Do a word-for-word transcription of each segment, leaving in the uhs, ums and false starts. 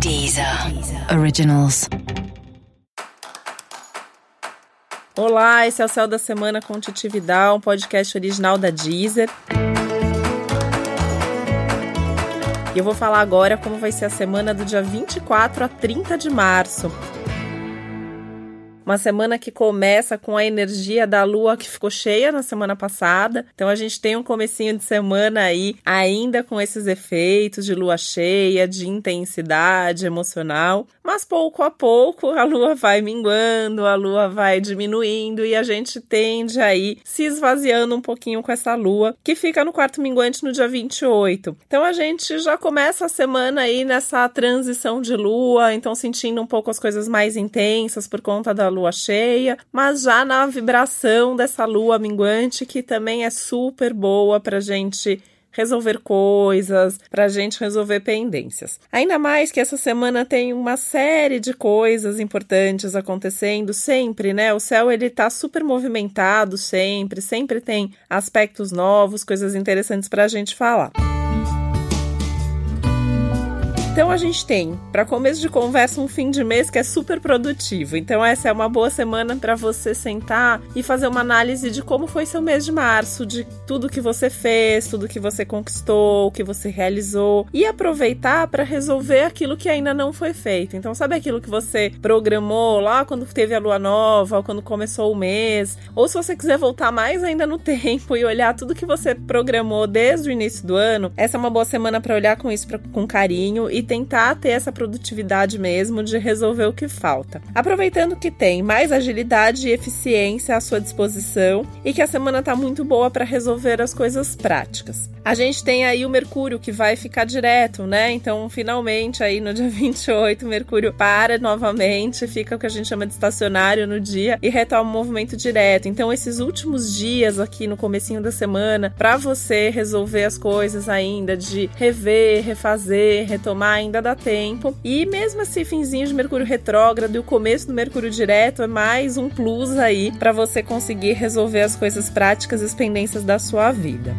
Deezer Originals. Olá, esse é o Céu da Semana com Titi Vidal, um podcast original da Deezer. E eu vou falar agora como vai ser a semana do dia vinte e quatro a trinta de março. Uma semana que começa com a energia da lua que ficou cheia na semana passada. Então a gente tem um comecinho de semana aí ainda com esses efeitos de lua cheia, de intensidade emocional. Mas pouco a pouco a lua vai minguando, a lua vai diminuindo e a gente tende aí se esvaziando um pouquinho com essa lua que fica no quarto minguante no dia vinte e oito. Então a gente já começa a semana aí nessa transição de lua, então sentindo um pouco as coisas mais intensas por conta da lua cheia, mas já na vibração dessa lua minguante que também é super boa pra gente resolver coisas, pra gente resolver pendências. Ainda mais que essa semana tem uma série de coisas importantes acontecendo sempre, né? O céu, ele tá super movimentado sempre, sempre tem aspectos novos, coisas interessantes pra gente falar. Então a gente tem, para começo de conversa, um fim de mês que é super produtivo. Então essa é uma boa semana para você sentar e fazer uma análise de como foi seu mês de março, de tudo que você fez, tudo que você conquistou, o que você realizou e aproveitar para resolver aquilo que ainda não foi feito. Então sabe aquilo que você programou lá quando teve a lua nova, ou quando começou o mês? Ou se você quiser voltar mais ainda no tempo e olhar tudo que você programou desde o início do ano, essa é uma boa semana para olhar com isso pra, com carinho e tentar ter essa produtividade mesmo de resolver o que falta. Aproveitando que tem mais agilidade e eficiência à sua disposição e que a semana tá muito boa para resolver as coisas práticas. A gente tem aí o Mercúrio que vai ficar direto, né? Então, finalmente, aí no dia vinte e oito, o Mercúrio para novamente, fica o que a gente chama de estacionário no dia e retoma o movimento direto. Então, esses últimos dias aqui no comecinho da semana, para você resolver as coisas ainda, de rever, refazer, retomar, ainda dá tempo. E mesmo esse finzinho de Mercúrio retrógrado e o começo do Mercúrio direto é mais um plus aí para você conseguir resolver as coisas práticas e as pendências da sua vida.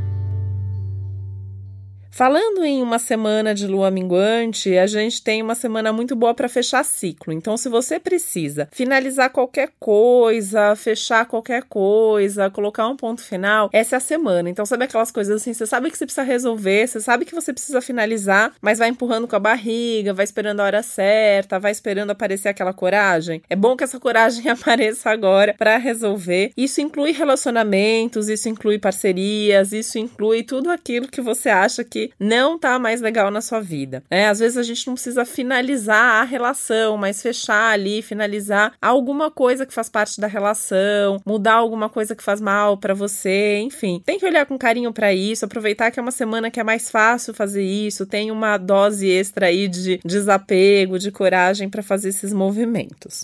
Falando em uma semana de lua minguante, a gente tem uma semana muito boa para fechar ciclo. Então, se você precisa finalizar qualquer coisa, fechar qualquer coisa, colocar um ponto final, essa é a semana. Então, sabe aquelas coisas assim, você sabe que você precisa resolver, você sabe que você precisa finalizar, mas vai empurrando com a barriga, vai esperando a hora certa, vai esperando aparecer aquela coragem. É bom que essa coragem apareça agora para resolver. Isso inclui relacionamentos, isso inclui parcerias, isso inclui tudo aquilo que você acha que não tá mais legal na sua vida, né? Às vezes a gente não precisa finalizar a relação, mas fechar ali, finalizar alguma coisa que faz parte da relação, mudar alguma coisa que faz mal pra você, enfim. Tem que olhar com carinho pra isso, aproveitar que é uma semana que é mais fácil fazer isso, tem uma dose extra aí de desapego, de coragem pra fazer esses movimentos.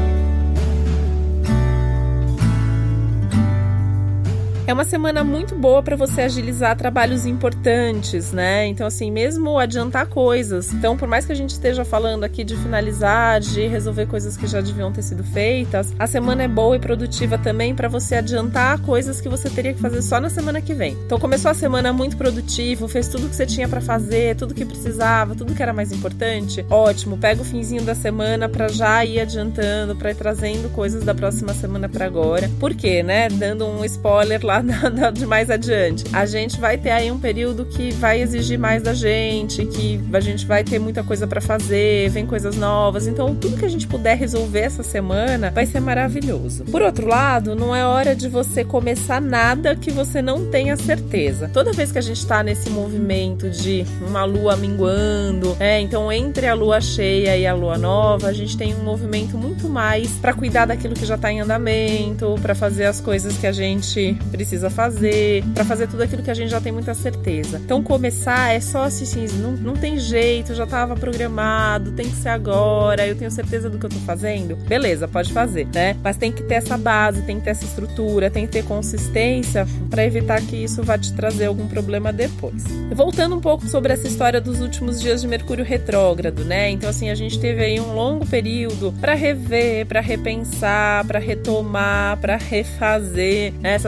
É uma semana muito boa para você agilizar trabalhos importantes, né? Então, assim, mesmo adiantar coisas. Então, por mais que a gente esteja falando aqui de finalizar, de resolver coisas que já deviam ter sido feitas, a semana é boa e produtiva também para você adiantar coisas que você teria que fazer só na semana que vem. Então, começou a semana muito produtivo, fez tudo que você tinha para fazer, tudo que precisava, tudo que era mais importante. Ótimo, pega o finzinho da semana para já ir adiantando, para ir trazendo coisas da próxima semana para agora. Por quê, né? Dando um spoiler lá de mais adiante. A gente vai ter aí um período que vai exigir mais da gente, que a gente vai ter muita coisa pra fazer, vem coisas novas, então tudo que a gente puder resolver essa semana vai ser maravilhoso. Por outro lado, não é hora de você começar nada que você não tenha certeza. Toda vez que a gente tá nesse movimento de uma lua minguando, é, então entre a lua cheia e a lua nova, a gente tem um movimento muito mais pra cuidar daquilo que já tá em andamento, pra fazer as coisas que a gente precisa precisa fazer, para fazer tudo aquilo que a gente já tem muita certeza. Então começar é só assim, não, não tem jeito, já estava programado, tem que ser agora, eu tenho certeza do que eu tô fazendo. Beleza, pode fazer, né? Mas tem que ter essa base, tem que ter essa estrutura, tem que ter consistência para evitar que isso vá te trazer algum problema depois. Voltando um pouco sobre essa história dos últimos dias de Mercúrio retrógrado, né? Então assim, a gente teve aí um longo período para rever, para repensar, para retomar, para refazer, né? Essa temporada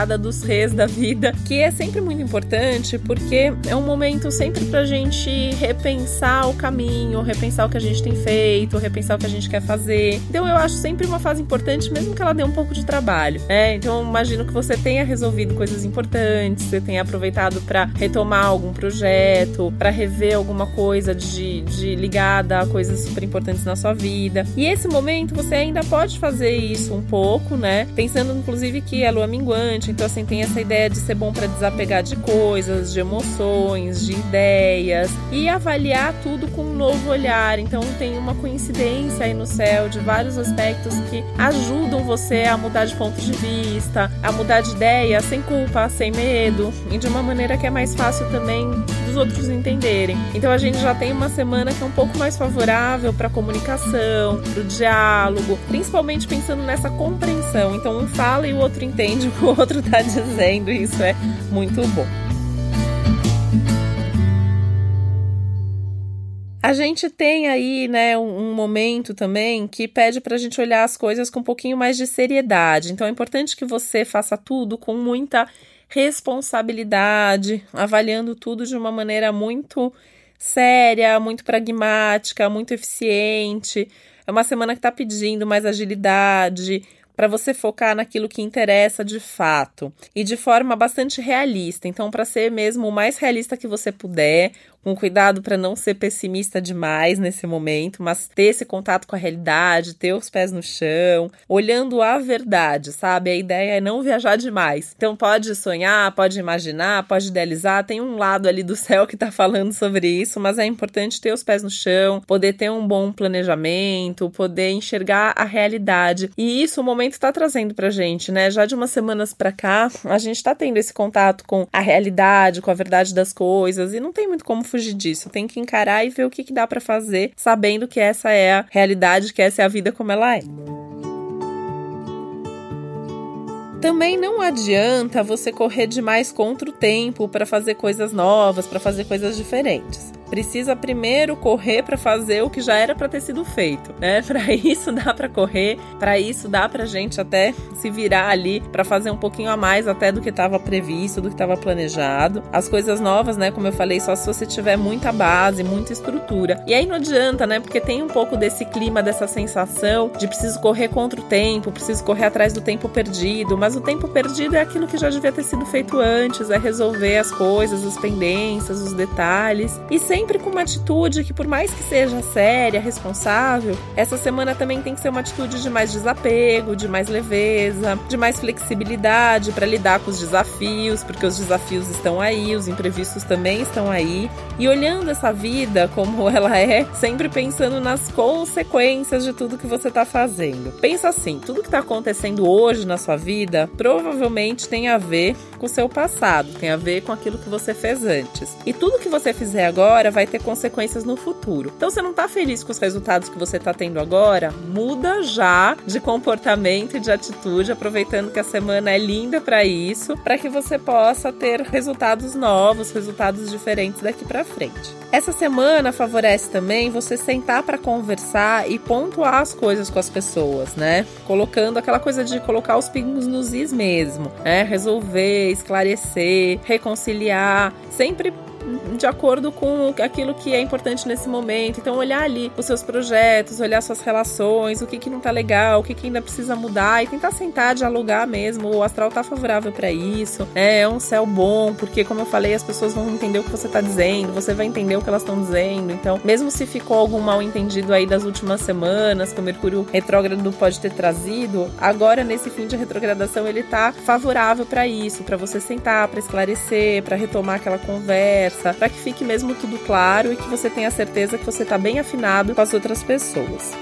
jornada dos Rês da vida, que é sempre muito importante, porque é um momento sempre pra gente repensar o caminho, repensar o que a gente tem feito, repensar o que a gente quer fazer. Então eu acho sempre uma fase importante, mesmo que ela dê um pouco de trabalho, né? Então imagino que você tenha resolvido coisas importantes, você tenha aproveitado para retomar algum projeto, para rever alguma coisa de, de ligada a coisas super importantes na sua vida. E esse momento você ainda pode fazer isso um pouco, né? Pensando inclusive que é lua minguante, então assim tem essa ideia de ser bom para desapegar de coisas, de emoções, de ideias e avaliar tudo com um novo olhar. Então tem uma coincidência aí no céu de vários aspectos que ajudam você a mudar de ponto de vista, a mudar de ideia sem culpa, sem medo e de uma maneira que é mais fácil também dos outros entenderem. Então a gente já tem uma semana que é um pouco mais favorável para a comunicação, para o diálogo, principalmente pensando nessa compreensão. Então um fala e o outro entende o que o outro está dizendo, e isso é muito bom. A gente tem aí, né, um, um momento também que pede para a gente olhar as coisas com um pouquinho mais de seriedade. Então é importante que você faça tudo com muita responsabilidade, avaliando tudo de uma maneira muito séria, muito pragmática, muito eficiente. É uma semana que está pedindo mais agilidade, para você focar naquilo que interessa de fato e de forma bastante realista. Então, para ser mesmo o mais realista que você puder, com cuidado para não ser pessimista demais nesse momento, mas ter esse contato com a realidade, ter os pés no chão, olhando a verdade, sabe? A ideia é não viajar demais. Então, pode sonhar, pode imaginar, pode idealizar, tem um lado ali do céu que está falando sobre isso, mas é importante ter os pés no chão, poder ter um bom planejamento, poder enxergar a realidade. E isso o momento está trazendo pra gente, né? Já de umas semanas pra cá, a gente está tendo esse contato com a realidade, com a verdade das coisas, e não tem muito como fugir disso. Tem que encarar e ver o que, que dá pra fazer, sabendo que essa é a realidade, que essa é a vida como ela é. Também não adianta você correr demais contra o tempo para fazer coisas novas, para fazer coisas diferentes. Precisa primeiro correr para fazer o que já era para ter sido feito, né? Para isso dá para correr, para isso dá pra gente até se virar ali para fazer um pouquinho a mais até do que estava previsto, do que estava planejado. As coisas novas, né, como eu falei, só se você tiver muita base, muita estrutura. E aí não adianta, né? Porque tem um pouco desse clima, dessa sensação de preciso correr contra o tempo, preciso correr atrás do tempo perdido, mas o tempo perdido é aquilo que já devia ter sido feito antes, é resolver as coisas, as pendências, os detalhes, e sem sempre com uma atitude que, por mais que seja séria, responsável, essa semana também tem que ser uma atitude de mais desapego, de mais leveza, de mais flexibilidade para lidar com os desafios, porque os desafios estão aí, os imprevistos também estão aí. E olhando essa vida como ela é, sempre pensando nas consequências de tudo que você está fazendo. Pensa assim, tudo que está acontecendo hoje na sua vida provavelmente tem a ver com o seu passado, tem a ver com aquilo que você fez antes. E tudo que você fizer agora vai ter consequências no futuro. Então, você não tá feliz com os resultados que você tá tendo agora? Muda já de comportamento e de atitude, aproveitando que a semana é linda para isso, para que você possa ter resultados novos, resultados diferentes daqui para frente. Essa semana favorece também você sentar para conversar e pontuar as coisas com as pessoas, né? Colocando aquela coisa de colocar os pingos nos is mesmo, né? Resolver, esclarecer, reconciliar, sempre de acordo com aquilo que é importante nesse momento. Então, olhar ali os seus projetos, olhar suas relações, o que, que não tá legal, o que, que ainda precisa mudar, e tentar sentar, dialogar mesmo. O astral tá favorável para isso, né? É um céu bom, porque, como eu falei, as pessoas vão entender o que você tá dizendo, você vai entender o que elas estão dizendo. Então, mesmo se ficou algum mal entendido aí das últimas semanas, que o Mercúrio retrógrado pode ter trazido, agora, nesse fim de retrogradação, ele tá favorável para isso, para você sentar, para esclarecer, para retomar aquela conversa, para que fique mesmo tudo claro e que você tenha certeza que você está bem afinado com as outras pessoas.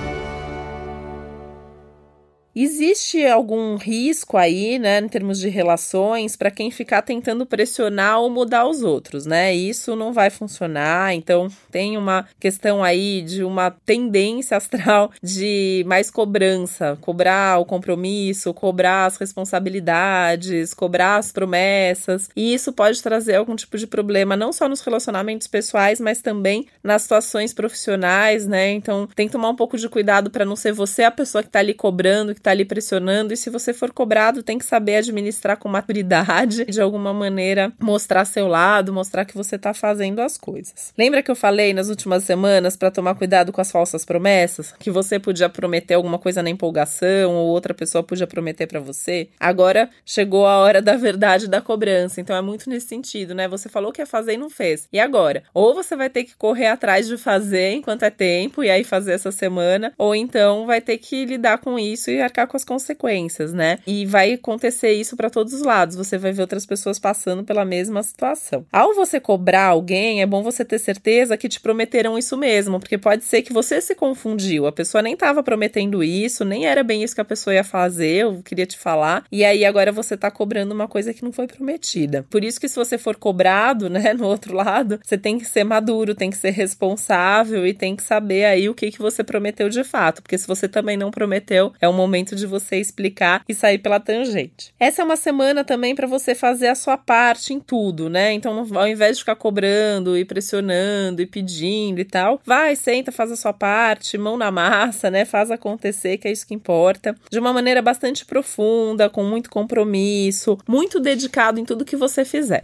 Existe algum risco aí, né, em termos de relações, para quem ficar tentando pressionar ou mudar os outros, né? Isso não vai funcionar, então tem uma questão aí de uma tendência astral de mais cobrança, cobrar o compromisso, cobrar as responsabilidades, cobrar as promessas, e isso pode trazer algum tipo de problema, não só nos relacionamentos pessoais, mas também nas situações profissionais, né? Então tem que tomar um pouco de cuidado para não ser você a pessoa que está ali cobrando, que tá ali pressionando, e se você for cobrado, tem que saber administrar com maturidade, de alguma maneira mostrar seu lado, mostrar que você tá fazendo as coisas. Lembra que eu falei nas últimas semanas para tomar cuidado com as falsas promessas? Que você podia prometer alguma coisa na empolgação, ou outra pessoa podia prometer para você? Agora chegou a hora da verdade da cobrança, então é muito nesse sentido, né? Você falou que ia fazer e não fez. E agora? Ou você vai ter que correr atrás de fazer enquanto é tempo, e aí fazer essa semana, ou então vai ter que lidar com isso e arcar com as consequências, né? E vai acontecer isso para todos os lados, você vai ver outras pessoas passando pela mesma situação. Ao você cobrar alguém, é bom você ter certeza que te prometeram isso mesmo, porque pode ser que você se confundiu, a pessoa nem estava prometendo isso, nem era bem isso que a pessoa ia fazer, eu queria te falar, e aí agora você tá cobrando uma coisa que não foi prometida. Por isso que se você for cobrado, né, no outro lado, você tem que ser maduro, tem que ser responsável e tem que saber aí o que, que você prometeu de fato, porque se você também não prometeu, é o momento de você explicar e sair pela tangente. Essa é uma semana também para você fazer a sua parte em tudo, né? Então, ao invés de ficar cobrando e pressionando e pedindo e tal, vai, senta, faz a sua parte, mão na massa, né? Faz acontecer, que é isso que importa. De uma maneira bastante profunda, com muito compromisso, muito dedicado em tudo que você fizer.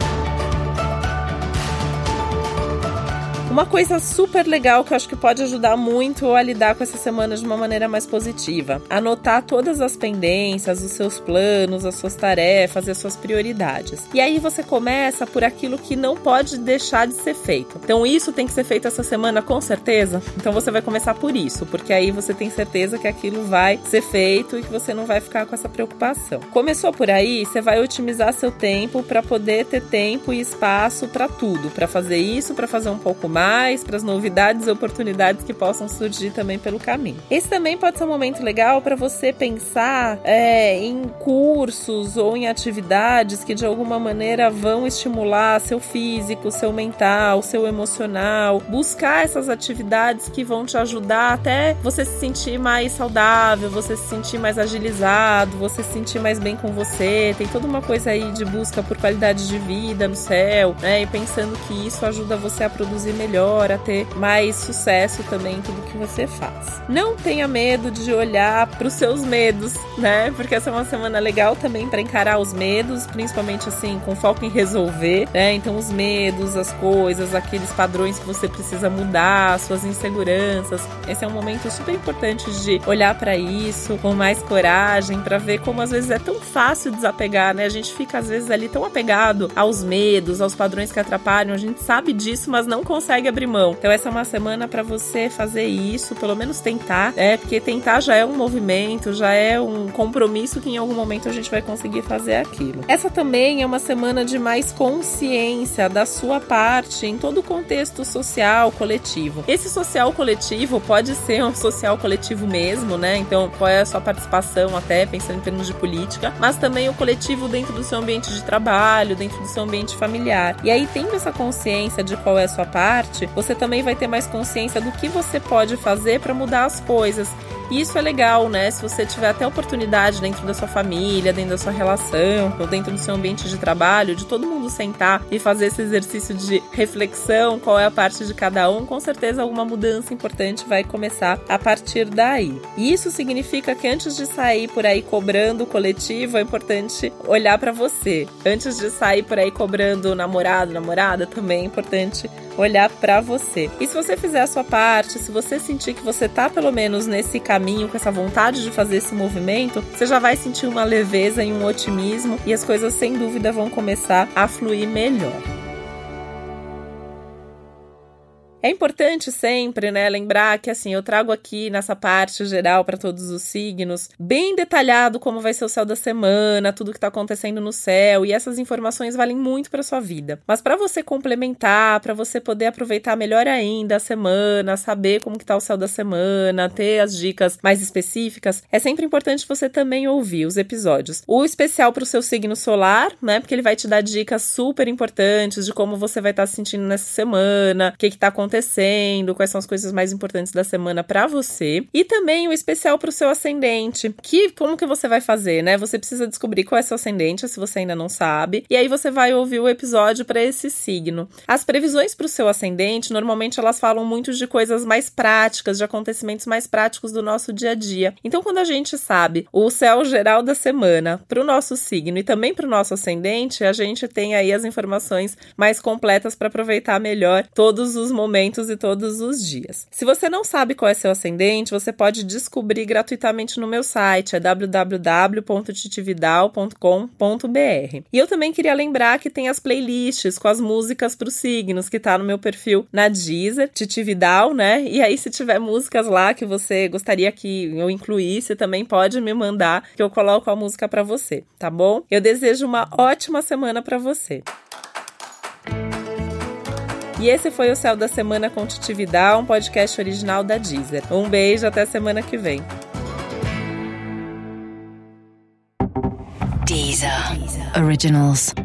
Uma coisa super legal que eu acho que pode ajudar muito a lidar com essa semana de uma maneira mais positiva. Anotar todas as pendências, os seus planos, as suas tarefas e as suas prioridades. E aí você começa por aquilo que não pode deixar de ser feito. Então isso tem que ser feito essa semana com certeza. Então você vai começar por isso, porque aí você tem certeza que aquilo vai ser feito e que você não vai ficar com essa preocupação. Começou por aí, você vai otimizar seu tempo para poder ter tempo e espaço para tudo, para fazer isso, para fazer um pouco mais, para as novidades e oportunidades que possam surgir também pelo caminho. Esse também pode ser um momento legal para você pensar é, em cursos ou em atividades que de alguma maneira vão estimular seu físico, seu mental, seu emocional. Buscar essas atividades que vão te ajudar até você se sentir mais saudável, você se sentir mais agilizado, você se sentir mais bem com você. Tem toda uma coisa aí de busca por qualidade de vida no céu, né? E pensando que isso ajuda você a produzir melhor, a ter mais sucesso também em tudo que você faz. Não tenha medo de olhar para os seus medos, né? Porque essa é uma semana legal também para encarar os medos, principalmente assim, com foco em resolver, né? Então os medos, as coisas, aqueles padrões que você precisa mudar, suas inseguranças. Esse é um momento super importante de olhar para isso com mais coragem, para ver como às vezes é tão fácil desapegar, né? A gente fica às vezes ali tão apegado aos medos, aos padrões que atrapalham, a gente sabe disso, mas não consegue abrir mão. Então essa é uma semana para você fazer isso, pelo menos tentar, é, porque tentar já é um movimento, já é um compromisso que em algum momento a gente vai conseguir fazer aquilo. Essa também é uma semana de mais consciência da sua parte em todo o contexto social coletivo. Esse social coletivo pode ser um social coletivo mesmo, né? Então qual é a sua participação até, pensando em termos de política, mas também o coletivo dentro do seu ambiente de trabalho, dentro do seu ambiente familiar. E aí, tendo essa consciência de qual é a sua parte, você também vai ter mais consciência do que você pode fazer para mudar as coisas. E isso é legal, né? Se você tiver até oportunidade dentro da sua família, dentro da sua relação, ou dentro do seu ambiente de trabalho, de todo mundo sentar e fazer esse exercício de reflexão, qual é a parte de cada um, com certeza alguma mudança importante vai começar a partir daí. E isso significa que antes de sair por aí cobrando o coletivo, é importante olhar para você. Antes de sair por aí cobrando namorado, namorada, também é importante olhar para você. E se você fizer a sua parte, se você sentir que você tá pelo menos nesse caminho, com essa vontade de fazer esse movimento, você já vai sentir uma leveza e um otimismo, e as coisas sem dúvida vão começar a fluir melhor. É importante sempre, né, lembrar que assim, eu trago aqui nessa parte geral para todos os signos, bem detalhado como vai ser o céu da semana, tudo que tá acontecendo no céu, e essas informações valem muito para sua vida. Mas para você complementar, para você poder aproveitar melhor ainda a semana, saber como que tá o céu da semana, ter as dicas mais específicas, é sempre importante você também ouvir os episódios. O especial para o seu signo solar, né, porque ele vai te dar dicas super importantes de como você vai estar se sentindo nessa semana, o que que tá acontecendo acontecendo, quais são as coisas mais importantes da semana pra você. E também o especial pro seu ascendente, que como que você vai fazer, né? Você precisa descobrir qual é seu ascendente, se você ainda não sabe. E aí você vai ouvir o episódio pra esse signo. As previsões pro seu ascendente, normalmente elas falam muito de coisas mais práticas, de acontecimentos mais práticos do nosso dia a dia. Então, quando a gente sabe o céu geral da semana pro nosso signo e também pro nosso ascendente, a gente tem aí as informações mais completas para aproveitar melhor todos os momentos e todos os dias. Se você não sabe qual é seu ascendente, você pode descobrir gratuitamente no meu site, é w w w ponto titividal ponto com ponto b r. E eu também queria lembrar que tem as playlists com as músicas para os signos, que tá no meu perfil na Deezer, Titividal, né? E aí, se tiver músicas lá que você gostaria que eu incluísse, também pode me mandar, que eu coloco a música para você, tá bom? Eu desejo uma ótima semana para você. E esse foi o Céu da Semana com Titividal, um podcast original da Deezer. Um beijo, até semana que vem. Deezer. Originals.